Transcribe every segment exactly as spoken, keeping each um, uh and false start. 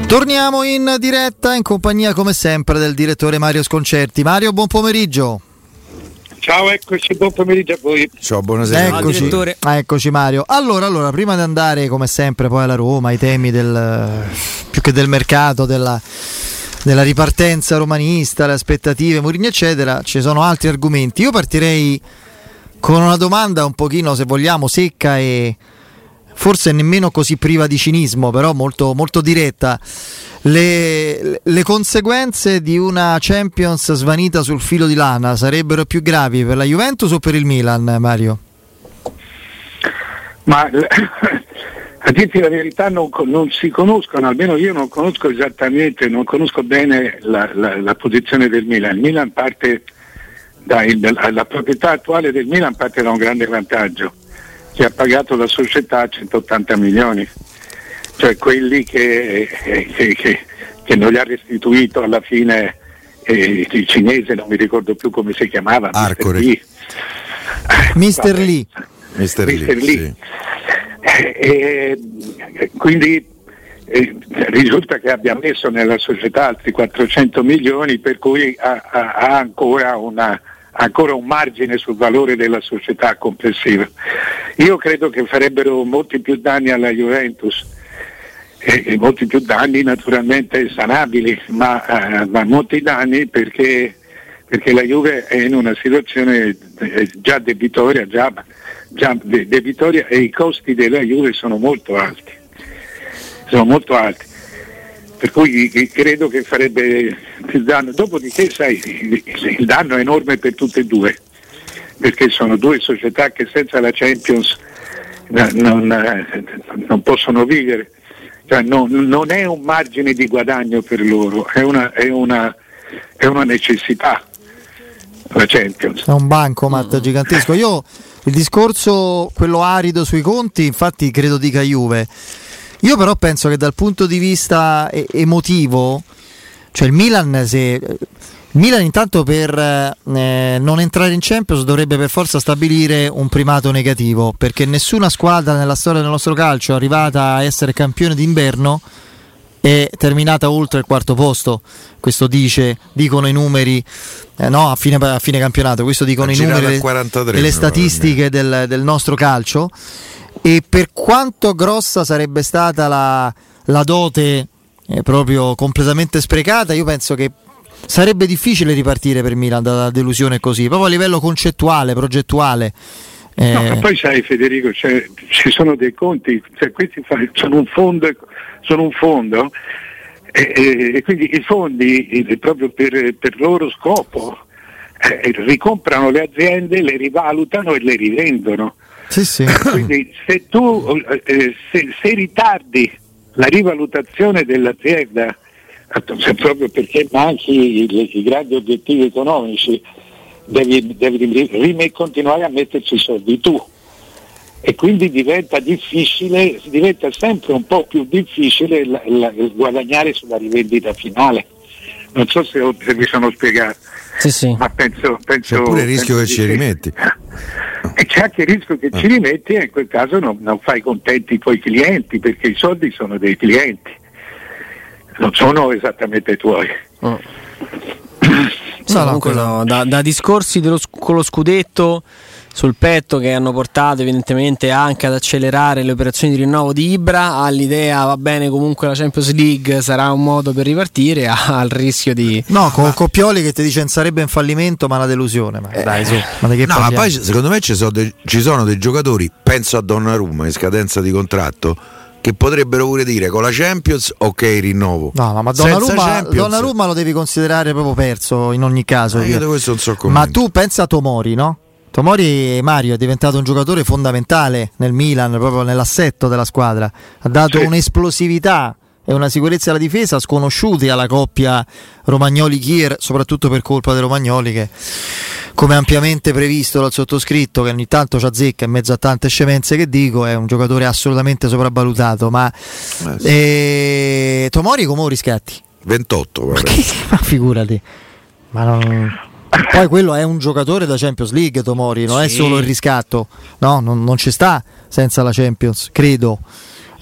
Torniamo in diretta in compagnia come sempre del direttore Mario Sconcerti. Mario, buon pomeriggio. Ciao, eccoci, buon pomeriggio a voi. Ciao, buonasera. Eccoci, direttore. Eccoci Mario. Allora, allora, prima di andare come sempre poi alla Roma, ai temi del più che del mercato, della, della ripartenza romanista, le aspettative, Mourinho eccetera, ci sono altri argomenti. Io partirei con una domanda un pochino, se vogliamo, secca e forse nemmeno così priva di cinismo, però molto, molto diretta. Le, le conseguenze di una Champions svanita sul filo di lana sarebbero più gravi per la Juventus o per il Milan, Mario? Ma a dirti la verità non, non si conoscono, almeno io non conosco esattamente, non conosco bene la, la, la posizione del Milan. Il Milan parte da, il, la proprietà attuale del Milan parte da un grande vantaggio, che ha pagato la società centottanta milioni, cioè quelli che, che, che, che non gli ha restituito alla fine eh, il cinese, non mi ricordo più come si chiamava, Arcore. Mister Lee. Mister Lee, Mister Lee. Sì. E, e, quindi eh, risulta che abbia messo nella società altri quattrocento milioni, per cui ha, ha, ha ancora una ancora un margine sul valore della società complessiva. Io credo che farebbero molti più danni alla Juventus, e, e molti più danni naturalmente sanabili, ma, eh, ma molti danni perché, perché la Juve è in una situazione eh, già debitoria, già, già de- debitoria e i costi della Juve sono molto alti, sono molto alti. Per cui credo che farebbe il danno. Dopodiché, sai, il danno è enorme per tutte e due, perché sono due società che senza la Champions non, non possono vivere. Cioè, non, non è un margine di guadagno per loro, è una, è una, è una necessità la Champions. È un bancomat gigantesco. Io il discorso, quello arido sui conti, infatti credo dica Juve. Io però penso che dal punto di vista e- emotivo, cioè il Milan, se il Milan intanto per eh, non entrare in Champions dovrebbe per forza stabilire un primato negativo, perché nessuna squadra nella storia del nostro calcio è arrivata a essere campione d'inverno è terminata oltre il quarto posto. Questo dice, dicono i numeri, eh, no, a fine, a fine campionato, questo dicono i numeri e le statistiche del, del nostro calcio. E per quanto grossa sarebbe stata la, la dote eh, proprio completamente sprecata, io penso che sarebbe difficile ripartire per Milan dalla delusione così, proprio a livello concettuale, progettuale. Eh... No, ma poi sai Federico, cioè, ci sono dei conti, cioè, questi sono un fondo, sono un fondo e, e, e quindi i fondi proprio per, per loro scopo eh, ricomprano le aziende, le rivalutano e le rivendono. Sì, sì. Quindi se tu eh, se, se ritardi la rivalutazione dell'azienda proprio perché manchi i, i grandi obiettivi economici, devi, devi rim- continuare a metterci i soldi tu, e quindi diventa difficile, diventa sempre un po' più difficile la, la, guadagnare sulla rivendita finale. Non so se, se mi sono spiegato. Sì, sì. Ma penso, penso c'è pure il rischio che ci sì. rimetti. E c'è anche il rischio che ci rimetti, e in quel caso non, non fai contenti i tuoi clienti, perché i soldi sono dei clienti, non sono esattamente tuoi. Oh. Sì, comunque no, da, da discorsi dello, con lo scudetto sul petto che hanno portato evidentemente anche ad accelerare le operazioni di rinnovo di Ibra, all'idea va bene comunque la Champions League sarà un modo per ripartire, al rischio di no con Coppioli che ti dice non sarebbe un fallimento ma una delusione, ma eh, dai su, ma di che no, ma poi secondo me ci sono, dei, ci sono dei giocatori, penso a Donnarumma in scadenza di contratto, che potrebbero pure dire con la Champions ok rinnovo. No, no, ma Donnarumma, Donnarumma lo devi considerare proprio perso in ogni caso. Eh, io questo non so ma tu pensa a Tomori, no? Tomori, Mario, è diventato un giocatore fondamentale nel Milan, proprio nell'assetto della squadra, ha dato sì. un'esplosività e una sicurezza alla difesa sconosciuti alla coppia Romagnoli-Kier, soprattutto per colpa di Romagnoli che, come ampiamente previsto dal sottoscritto, che ogni tanto ci azzecca in mezzo a tante scemenze che dico, è un giocatore assolutamente sopravvalutato. Ma eh sì. eh, Tomori come riscatti? ventotto, ma, che, ma figurati, ma non... Poi quello è un giocatore da Champions League, Tomori, non sì. è solo il riscatto, no, non, non ci sta senza la Champions, credo.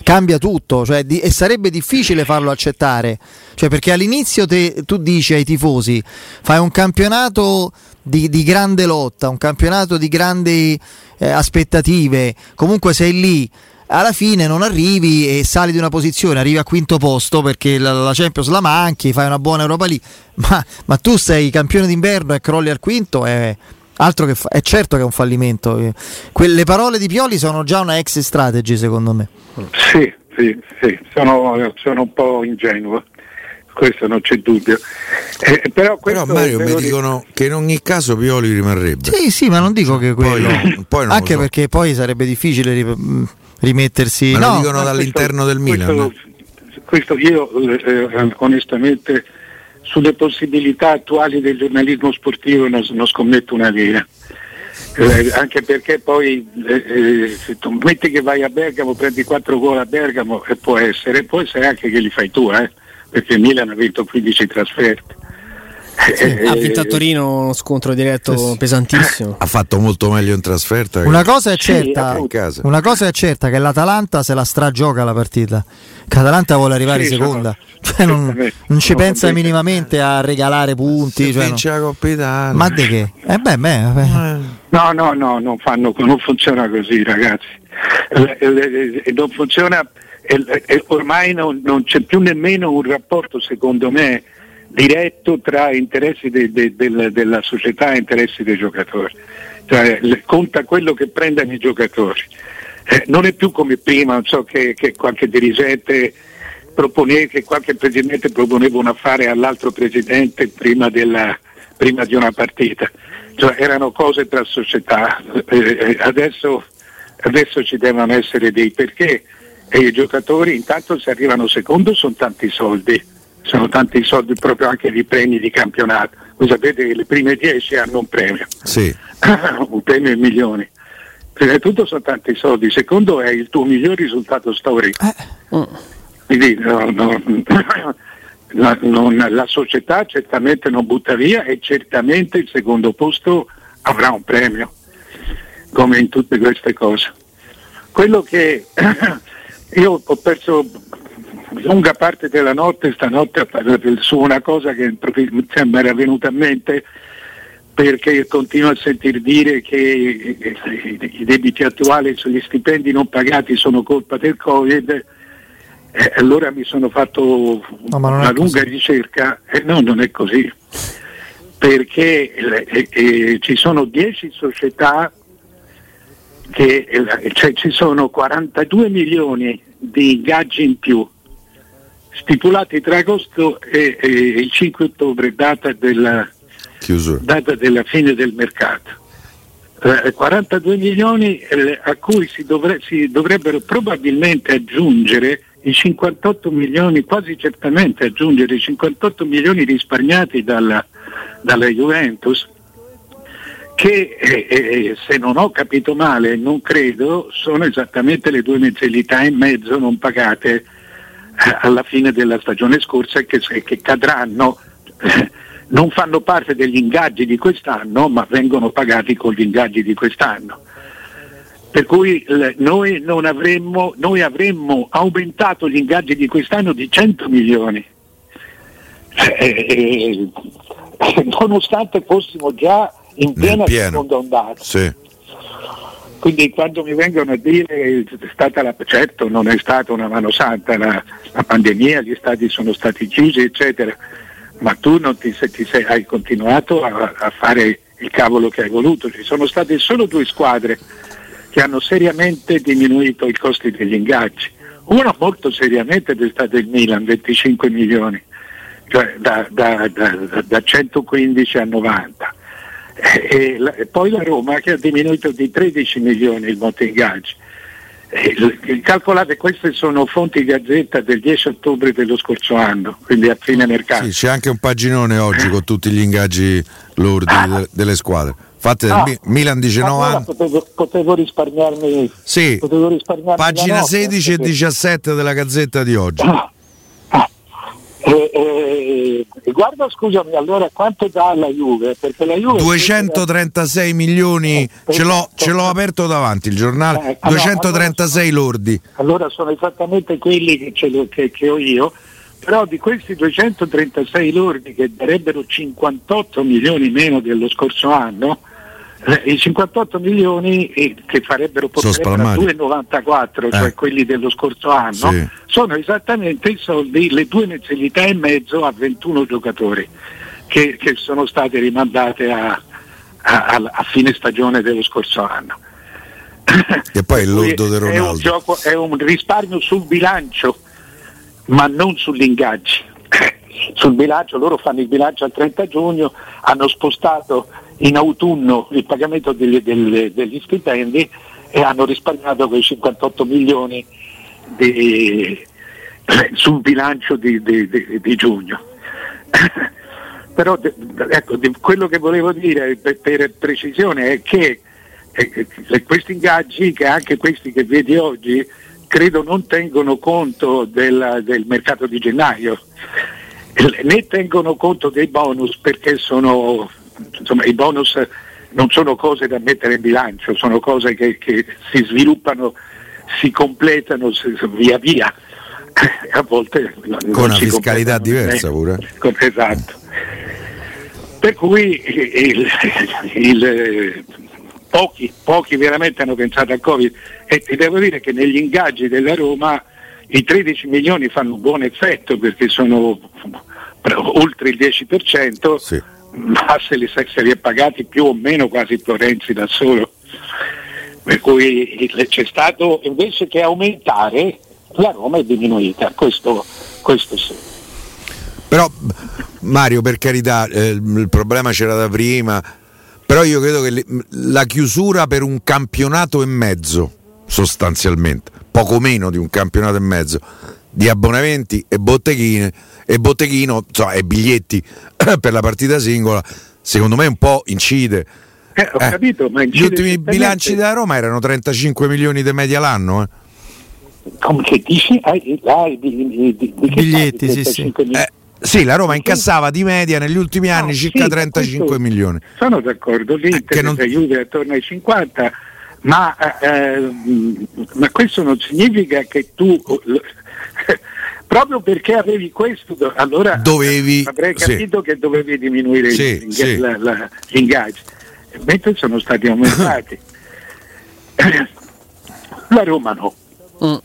cambia tutto, cioè, di, e sarebbe difficile farlo accettare, cioè, perché all'inizio te, tu dici ai tifosi fai un campionato di, di grande lotta, un campionato di grandi eh, aspettative, comunque sei lì, alla fine non arrivi e sali di una posizione, arrivi a quinto posto perché la, la Champions la manchi, fai una buona Europa League, ma, ma tu sei campione d'inverno e crolli al quinto, è, altro che fa- è certo che è un fallimento. Quelle parole di Pioli sono già una exit strategy, secondo me. Sì, sì, sì, sono, sono un po' ingenuo, questo non c'è dubbio. Eh, però, però Mario mi dicono dire... che in ogni caso Pioli rimarrebbe. Sì, sì, ma non dico che quello poi, poi non anche so. Perché poi sarebbe difficile ri- rimettersi. Ma no, lo dicono dall'interno questo, del Milan. Questo, questo io eh, onestamente sulle possibilità attuali del giornalismo sportivo non, non scommetto una lira. Eh, anche perché poi eh, eh, se tu metti che vai a Bergamo, prendi quattro gol a Bergamo e può essere, può essere anche che li fai tu, eh, perché il Milan ha vinto quindici trasferte. Sì, eh, ha vinto a Torino uno scontro diretto sì, pesantissimo. Ha fatto molto meglio in trasferta. Una cosa è certa, sì, una cosa è certa che l'Atalanta se la stragioca la partita. Che l'Atalanta vuole arrivare sì, seconda, sono, cioè non, non ci pensa contento. minimamente a regalare punti. Cioè vince no. la Coppa Italia. Ma di che? Eh beh, beh, beh. No, no, no, non fanno, non funziona così, ragazzi. E, e, e non funziona. E, e ormai non, non c'è più nemmeno un rapporto, secondo me, diretto tra interessi de, de, de, della società e interessi dei giocatori, cioè le, conta quello che prendono i giocatori, eh, non è più come prima, non so che, che qualche dirigente proponeva, che qualche presidente proponeva un affare all'altro presidente prima, della, prima di una partita, cioè erano cose tra società, eh, adesso, adesso ci devono essere dei perché e i giocatori intanto se arrivano secondo sono tanti soldi. Sono tanti soldi proprio anche di premi di campionato. Voi sapete che le prime dieci hanno un premio. Sì. Un premio in milioni. Prima di tutto sono tanti soldi. Secondo è il tuo miglior risultato storico. Eh. Quindi no, no, la, non, la società certamente non butta via e certamente il secondo posto avrà un premio, come in tutte queste cose. Quello che io ho perso lunga parte della notte stanotte su una cosa che mi era venuta a mente, perché continuo a sentir dire che i debiti attuali sugli stipendi non pagati sono colpa del Covid, e allora mi sono fatto no, una lunga così. ricerca e no, non è così, perché eh, eh, ci sono dieci società che eh, cioè, ci sono quarantadue milioni di ingaggi in più stipulati tra agosto e, e il cinque ottobre, data della, data della fine del mercato. Eh, quarantadue milioni eh, a cui si, dovre, si dovrebbero probabilmente aggiungere i cinquantotto milioni, quasi certamente aggiungere i cinquantotto milioni risparmiati dalla, dalla Juventus, che eh, eh, se non ho capito male, non credo, sono esattamente le due mensilità e mezzo non pagate alla fine della stagione scorsa e che, che cadranno, eh, non fanno parte degli ingaggi di quest'anno ma vengono pagati con gli ingaggi di quest'anno, per cui l- noi non avremmo noi avremmo aumentato gli ingaggi di quest'anno di cento milioni, eh, eh, nonostante fossimo già in piena seconda ondata. Sì. Quindi quando mi vengono a dire è stata la, certo non è stata una mano santa la, la pandemia, gli stati sono stati chiusi eccetera, ma tu non ti, ti sei, hai continuato a, a fare il cavolo che hai voluto. Ci sono state solo due squadre che hanno seriamente diminuito i costi degli ingaggi, una molto seriamente ed è stato il Milan, venticinque milioni, cioè da, da, da, da centoquindici a novanta. E, la, e poi la Roma che ha diminuito di tredici milioni il monte ingaggi. E, calcolate, queste sono fonti Gazzetta del dieci ottobre dello scorso anno, quindi a fine mercato. Sì, c'è anche un paginone oggi con tutti gli ingaggi lordi ah. de, delle squadre. Infatti ah. del Milan dice novanta. Potevo, potevo risparmiarmi. Sì, potevo risparmiarmi pagina sedici e diciassette della Gazzetta di oggi. Ah. Ah. E, e, E guarda, scusami, allora quanto dà la Juve? Perché la Juve duecentotrentasei milioni, eh, ce, l'ho, ce l'ho aperto davanti il giornale, eh, duecentotrentasei allora, lordi. Allora sono esattamente quelli che, ce lo, che, che ho io, però di questi duecentotrentasei lordi che darebbero cinquantotto milioni meno dello scorso anno, eh, i cinquantotto milioni eh, che farebbero portare a due virgola novantaquattro, eh. cioè quelli dello scorso anno, sì. sono esattamente i soldi, le due mensilità e mezzo a ventuno giocatori che, che sono state rimandate a, a, a, a fine stagione dello scorso anno. E poi il lordo di Ronaldo. È un, gioco, è un risparmio sul bilancio, ma non sugli ingaggi. Sul bilancio, loro fanno il bilancio al trenta giugno, hanno spostato in autunno il pagamento degli, degli, degli stipendi e hanno risparmiato quei cinquantotto milioni di, sul bilancio di, di, di, di giugno. Però ecco, quello che volevo dire per, per precisione è che eh, questi ingaggi, che anche questi che vedi oggi, credo non tengono conto del, del mercato di gennaio, né tengono conto dei bonus, perché sono, insomma, i bonus non sono cose da mettere in bilancio, sono cose che, che si sviluppano, si completano via via, a volte con una fiscalità diversa pure. Esatto. Per cui il, il, pochi, pochi veramente hanno pensato al Covid, e, e devo dire che negli ingaggi della Roma i tredici milioni fanno un buon effetto, perché sono oltre il dieci per cento, sì. Ma se li, se li è pagati più o meno quasi Florenzi da solo, per cui c'è stato, invece che aumentare, la Roma è diminuita, questo, questo sì. Però Mario, per carità, eh, il problema c'era da prima, però io credo che le, la chiusura per un campionato e mezzo, sostanzialmente poco meno di un campionato e mezzo, di abbonamenti e botteghine e botteghino, insomma, e biglietti per la partita singola, secondo me un po' incide. Eh, ho eh, capito, ma gli ultimi bilanci della Roma erano trentacinque milioni di media l'anno, eh. Come che dici? Ah, di, di, di, di biglietti, sì, sì. Eh, sì, la Roma incassava di media negli ultimi anni no, circa sì, trentacinque milioni. Sono d'accordo, l'Inter, eh, non... Juve attorno ai cinquanta, ma, eh, ma questo non significa che tu proprio perché avevi questo, allora dovevi, avrei capito sì. che dovevi diminuire sì, gli, sì. La, la, gli ingaggi, mentre sono stati aumentati. La Roma no. Mm.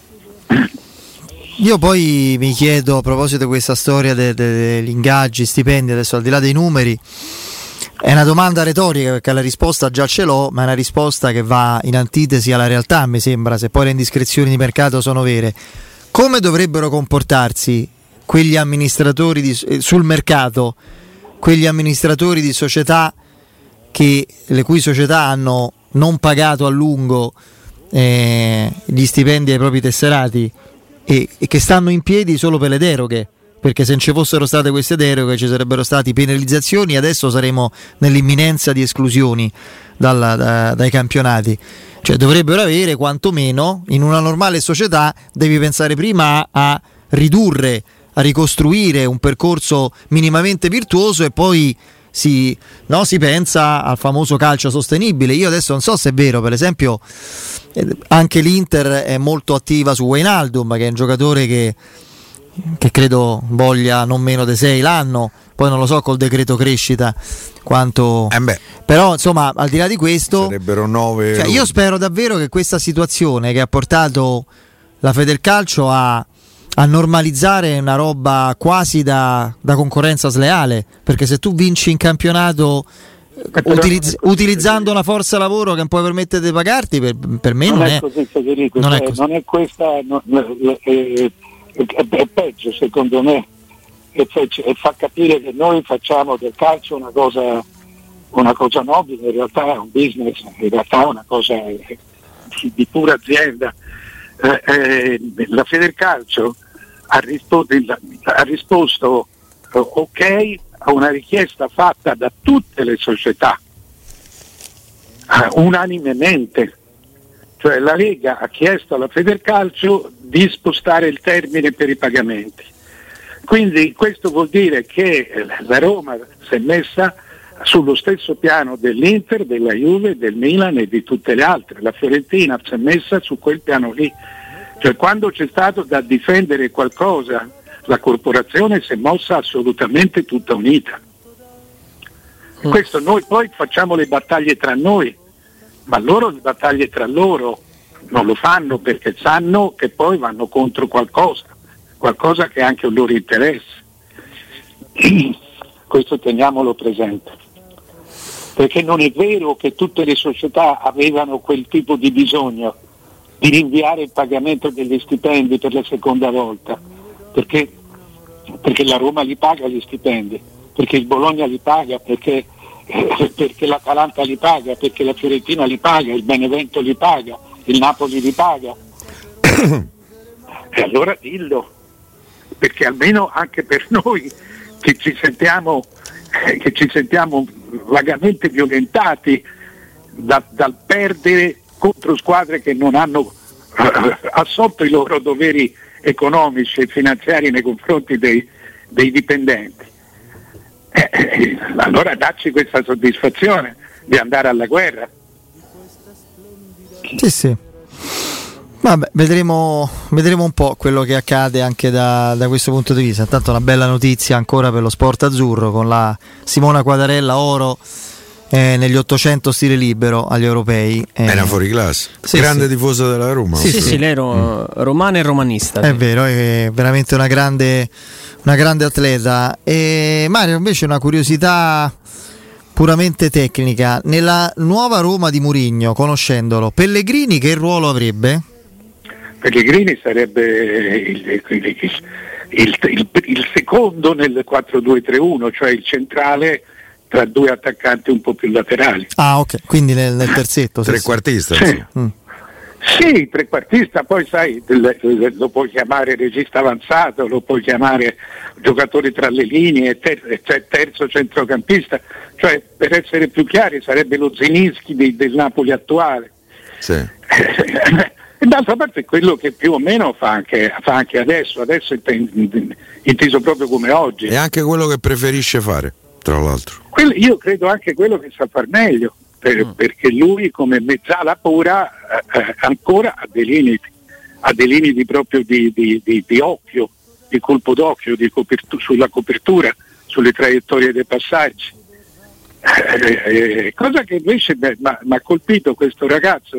Io poi mi chiedo, a proposito di questa storia de- de- degli ingaggi, stipendi, adesso al di là dei numeri, è una domanda retorica perché la risposta già ce l'ho, ma è una risposta che va in antitesi alla realtà, mi sembra, se poi le indiscrezioni di mercato sono vere. Come dovrebbero comportarsi quegli amministratori di, eh, sul mercato, quegli amministratori di società che, le cui società hanno non pagato a lungo eh, gli stipendi ai propri tesserati e, e che stanno in piedi solo per le deroghe? Perché se non ci fossero state queste deroghe ci sarebbero state penalizzazioni e adesso saremo nell'imminenza di esclusioni dalla, da, dai campionati. Cioè dovrebbero avere quantomeno, in una normale società devi pensare prima a ridurre, a ricostruire un percorso minimamente virtuoso e poi si, no, si pensa al famoso calcio sostenibile. Io adesso non so se è vero, per esempio anche l'Inter è molto attiva su Wijnaldum, che è un giocatore che che credo voglia non meno di sei l'anno, poi non lo so col decreto crescita quanto eh beh, però insomma al di là di questo sarebbero nove, cioè, io spero davvero che questa situazione che ha portato la Federcalcio a, a normalizzare una roba quasi da, da concorrenza sleale, perché se tu vinci in campionato Utilizz- utilizzando una forza lavoro che non puoi permettere di pagarti, per, per me non, non è, è così, Federico, non, cioè, è così. Non è questa no, eh, è peggio secondo me, e fa capire che noi facciamo del calcio una cosa una cosa nobile, in realtà è un business, in realtà è una cosa di pura azienda. Eh, eh, la Federcalcio ha, rispo- ha risposto eh, ok a una richiesta fatta da tutte le società eh, unanimemente. Cioè la Lega ha chiesto alla Federcalcio di spostare il termine per i pagamenti, Quindi questo vuol dire che la Roma si è messa sullo stesso piano dell'Inter, della Juve, del Milan e di tutte le altre. La Fiorentina si è messa su quel piano lì. Cioè quando c'è stato da difendere qualcosa, la corporazione si è mossa assolutamente tutta unita. Questo noi poi facciamo le battaglie tra noi, ma loro le battaglie tra loro non lo fanno perché sanno che poi vanno contro qualcosa, qualcosa che è anche un loro interesse. Questo teniamolo presente, perché non è vero che tutte le società avevano quel tipo di bisogno di rinviare il pagamento degli stipendi per la seconda volta, perché, perché la Roma li paga gli stipendi, perché il Bologna li paga, perché, eh, perché l'Atalanta li paga, perché la Fiorentina li paga, il Benevento li paga, il Napoli li paga. E allora dillo, perché almeno anche per noi che ci sentiamo, eh, che ci sentiamo vagamente violentati da, dal perdere contro squadre che non hanno eh, assolto i loro doveri economici e finanziari nei confronti dei, dei dipendenti. Eh, eh, allora dacci questa soddisfazione di andare alla guerra. Sì, sì. Vabbè, vedremo, vedremo un po' quello che accade anche da, da questo punto di vista. Intanto una bella notizia ancora per lo sport azzurro, con la Simona Quadarella oro eh, negli ottocento stile libero agli europei. Eh. È una fuoriclasse, sì, grande sì. tifosa della Roma. Sì, sì, sì, lei è ro- mm. romana e romanista. È sì. vero, è veramente una grande, una grande atleta. E Mario, invece una curiosità puramente tecnica: nella nuova Roma di Mourinho, conoscendolo, Pellegrini che ruolo avrebbe? Pellegrini sarebbe il, il, il, il, il secondo nel quattro due tre uno, cioè il centrale tra due attaccanti un po' più laterali. Ah, ok, quindi nel, nel terzetto. Trequartista. Sì, Sì. Mm. sì, trequartista, poi sai, lo puoi chiamare regista avanzato, lo puoi chiamare giocatore tra le linee, ter- cioè terzo centrocampista, cioè per essere più chiari sarebbe lo Zelinski de- del Napoli attuale. Sì. E d'altra parte è quello che più o meno fa anche, fa anche adesso, adesso è inteso proprio come oggi. E anche quello che preferisce fare, tra l'altro. Quello, io credo anche quello che sa far meglio, per, mm. perché lui come mezzala pura eh, ancora ha dei limiti, ha dei limiti proprio di, di, di, di occhio, di colpo d'occhio, di copertu- sulla copertura, sulle traiettorie dei passaggi. Eh, eh, cosa che invece mi ha colpito questo ragazzo.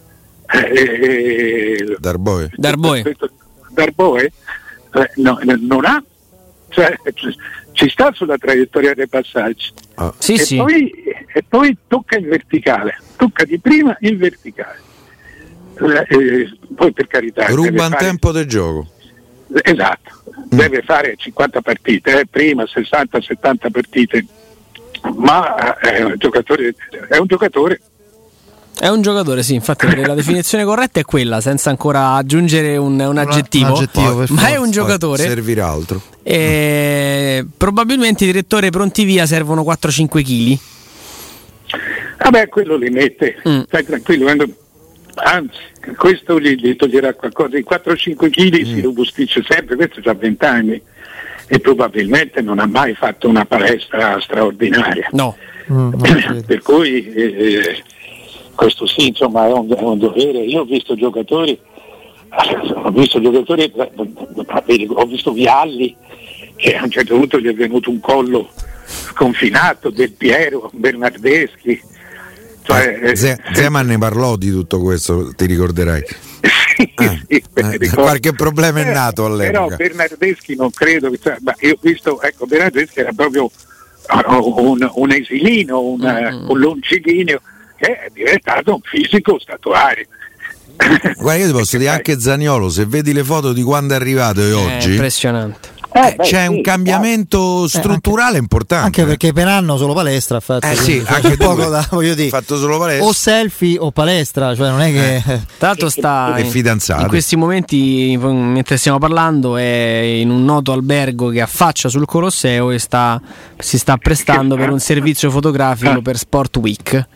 Eh, Darboe Darboe, Darboe eh, no, non ha, cioè, ci sta sulla traiettoria dei passaggi. Ah. Sì, e, sì. Poi, e poi tocca il verticale, tocca di prima il verticale, eh, eh, poi per carità ruba un fare... tempo del gioco. Esatto, mm. deve fare cinquanta partite, eh, prima sessanta settanta partite, ma è un giocatore, è un giocatore È un giocatore, sì, infatti la definizione corretta è quella, senza ancora aggiungere un, un aggettivo, un aggettivo ma forza. È un giocatore. Servirà altro. E probabilmente direttore pronti via servono quattro cinque chili. Vabbè, quello li mette, mm. stai tranquillo, quando... anzi, questo gli, gli toglierà qualcosa, i quattro cinque chili mm. si robustisce sempre, questo ha venti anni e probabilmente non ha mai fatto una palestra straordinaria. No. Mm, per cui... Eh, questo sì, insomma, è un, è un dovere. Io ho visto giocatori, ho visto giocatori, ho visto Vialli che a un certo punto gli è venuto un collo sconfinato, Del Piero, Bernardeschi. Cioè, eh, Z- Zeman ne parlò di tutto questo, ti ricorderai. sì, eh, sì, eh, qualche problema è nato all'epoca. Però Bernardeschi non credo che, cioè, ma io ho visto, ecco, Bernardeschi era proprio un, un esilino, un, mm. un longilineo che è diventato un fisico statuario. Guarda, io ti posso dire anche Zaniolo, se vedi le foto di quando è arrivato e oggi, è impressionante. Eh, beh, c'è sì, un cambiamento strutturale eh, anche, importante. Anche perché per anno solo palestra ha fatto. Eh sì, anche poco da, voglio dire, fatto solo palestra. O selfie o palestra, cioè non è che. Eh. Tra l'altro sta in, in questi momenti, mentre stiamo parlando, è in un noto albergo che affaccia sul Colosseo e sta, si sta prestando per un servizio fotografico per Sport Week.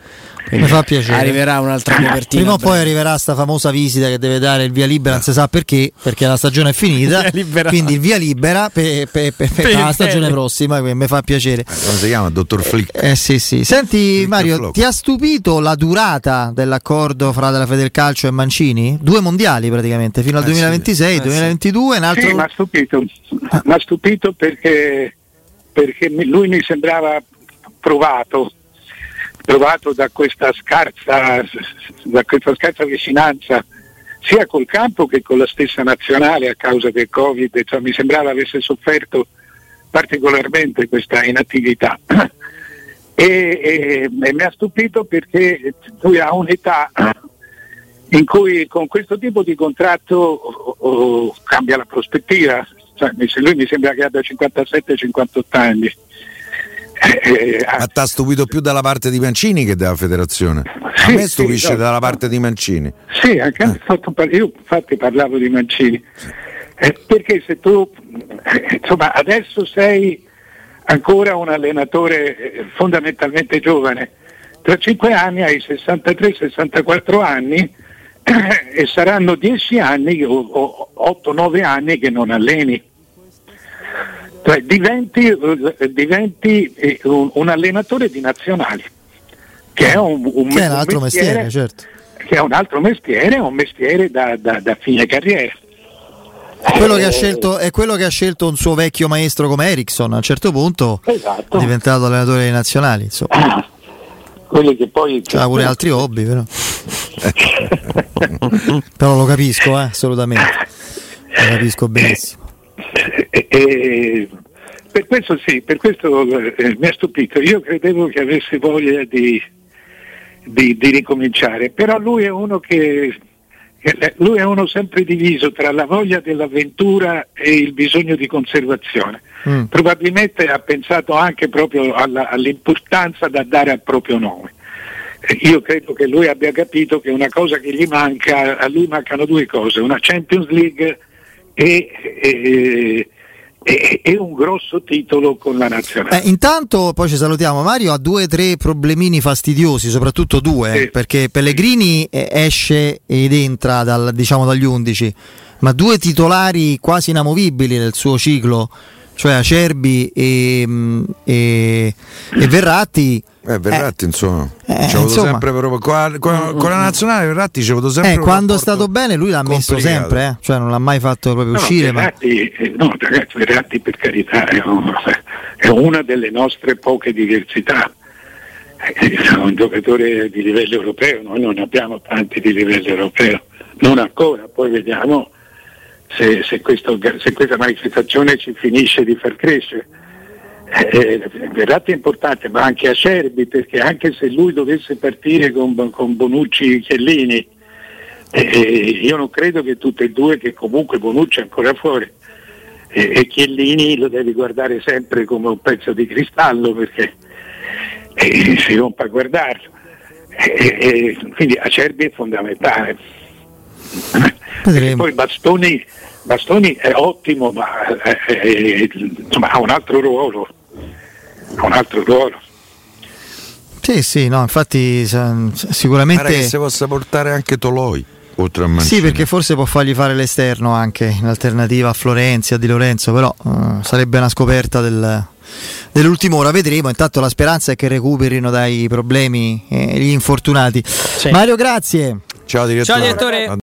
Mi fa piacere. Arriverà un'altra copertina. Prima o poi arriverà sta famosa visita che deve dare il via libera, non si sa perché, perché la stagione è finita. Quindi il via libera per, per, per, per la stagione prossima, quindi mi fa piacere. Come si chiama? Dottor Flick. Eh, eh sì, sì. Senti Flick Mario, ti ha stupito la durata dell'accordo fra della Federcalcio e Mancini? Due mondiali praticamente, fino al eh duemilaventisei, sì. duemilaventidue, un altro... Sì, mi ha stupito. Mi ha stupito perché, perché lui mi sembrava provato. provato da questa scarsa da questa scarsa vicinanza sia col campo che con la stessa nazionale a causa del Covid, cioè, mi sembrava avesse sofferto particolarmente questa inattività e, e, e mi ha stupito perché lui ha un'età in cui con questo tipo di contratto o, o, cambia la prospettiva, cioè, lui mi sembra che abbia cinquantasette cinquantotto anni. Eh, Ma ti ha stupito più dalla parte di Mancini che dalla federazione? Sì, a me stupisce sì, no, dalla parte di Mancini. Sì, anche eh. fatto par- io infatti parlavo di Mancini eh, perché se tu eh, insomma adesso sei ancora un allenatore eh, fondamentalmente giovane, tra cinque anni hai sessantatré sessantaquattro anni eh, e saranno dieci anni o, o otto nove anni che non alleni. Cioè, diventi, diventi un, un allenatore di nazionali, che è un, un, che è un altro mestiere, mestiere, certo. Che è un altro mestiere, un mestiere da, da, da fine carriera. È quello, che ha scelto, è quello che ha scelto un suo vecchio maestro come Eriksson, a un certo punto esatto. È diventato allenatore dei nazionali. Insomma. Ah, quelli che poi c'ha pure altri hobby, però. Però lo capisco, eh, assolutamente. Lo capisco benissimo. E, e, per questo sì, per questo eh, mi ha stupito. Io credevo che avesse voglia di, di, di ricominciare, però lui è uno che, che lui è uno sempre diviso tra la voglia dell'avventura e il bisogno di conservazione. Mm. Probabilmente ha pensato anche proprio alla, all'importanza da dare al proprio nome. Io credo che lui abbia capito che una cosa che gli manca, a lui mancano due cose, una Champions League E, e, e, e un grosso titolo con la nazionale. Eh, intanto poi ci salutiamo. Mario ha due o tre problemini fastidiosi, soprattutto due, sì. Perché Pellegrini esce ed entra dal, diciamo dagli undici, ma due titolari quasi inamovibili nel suo ciclo, cioè Acerbi e, e, e Verratti. Eh, Verratti eh, insomma, eh, ci insomma sempre però, con, con, con la nazionale Verratti ci ho avuto sempre eh, quando è stato bene lui l'ha messo sempre, eh, cioè non l'ha mai fatto proprio no, uscire. Verratti, ma... no, ragazzi, Verratti per carità è, un, è una delle nostre poche diversità, è un giocatore di livello europeo, noi non abbiamo tanti di livello europeo, non ancora, poi vediamo se, se, questo, se questa manifestazione ci finisce di far crescere. Eh, Verratti è importante, ma anche Acerbi, perché anche se lui dovesse partire con, con Bonucci e Chiellini, eh, io non credo che tutti e due, che comunque Bonucci è ancora fuori eh, e Chiellini lo devi guardare sempre come un pezzo di cristallo, perché eh, si rompe a guardarlo, eh, eh, quindi Acerbi è fondamentale. Poi Bastoni Bastoni è ottimo, ma è, è, è, insomma, ha un altro ruolo. Ha un altro ruolo. Sì, sì, no, infatti sicuramente. Pare che si possa portare anche Toloi oltre a Mancini. Sì, perché forse può fargli fare l'esterno anche in alternativa a Florenzi, a Di Lorenzo, però uh, sarebbe una scoperta del, dell'ultima ora, vedremo. Intanto la speranza è che recuperino dai problemi eh, gli infortunati. Sì. Mario, grazie. Ciao direttore. Ciao direttore.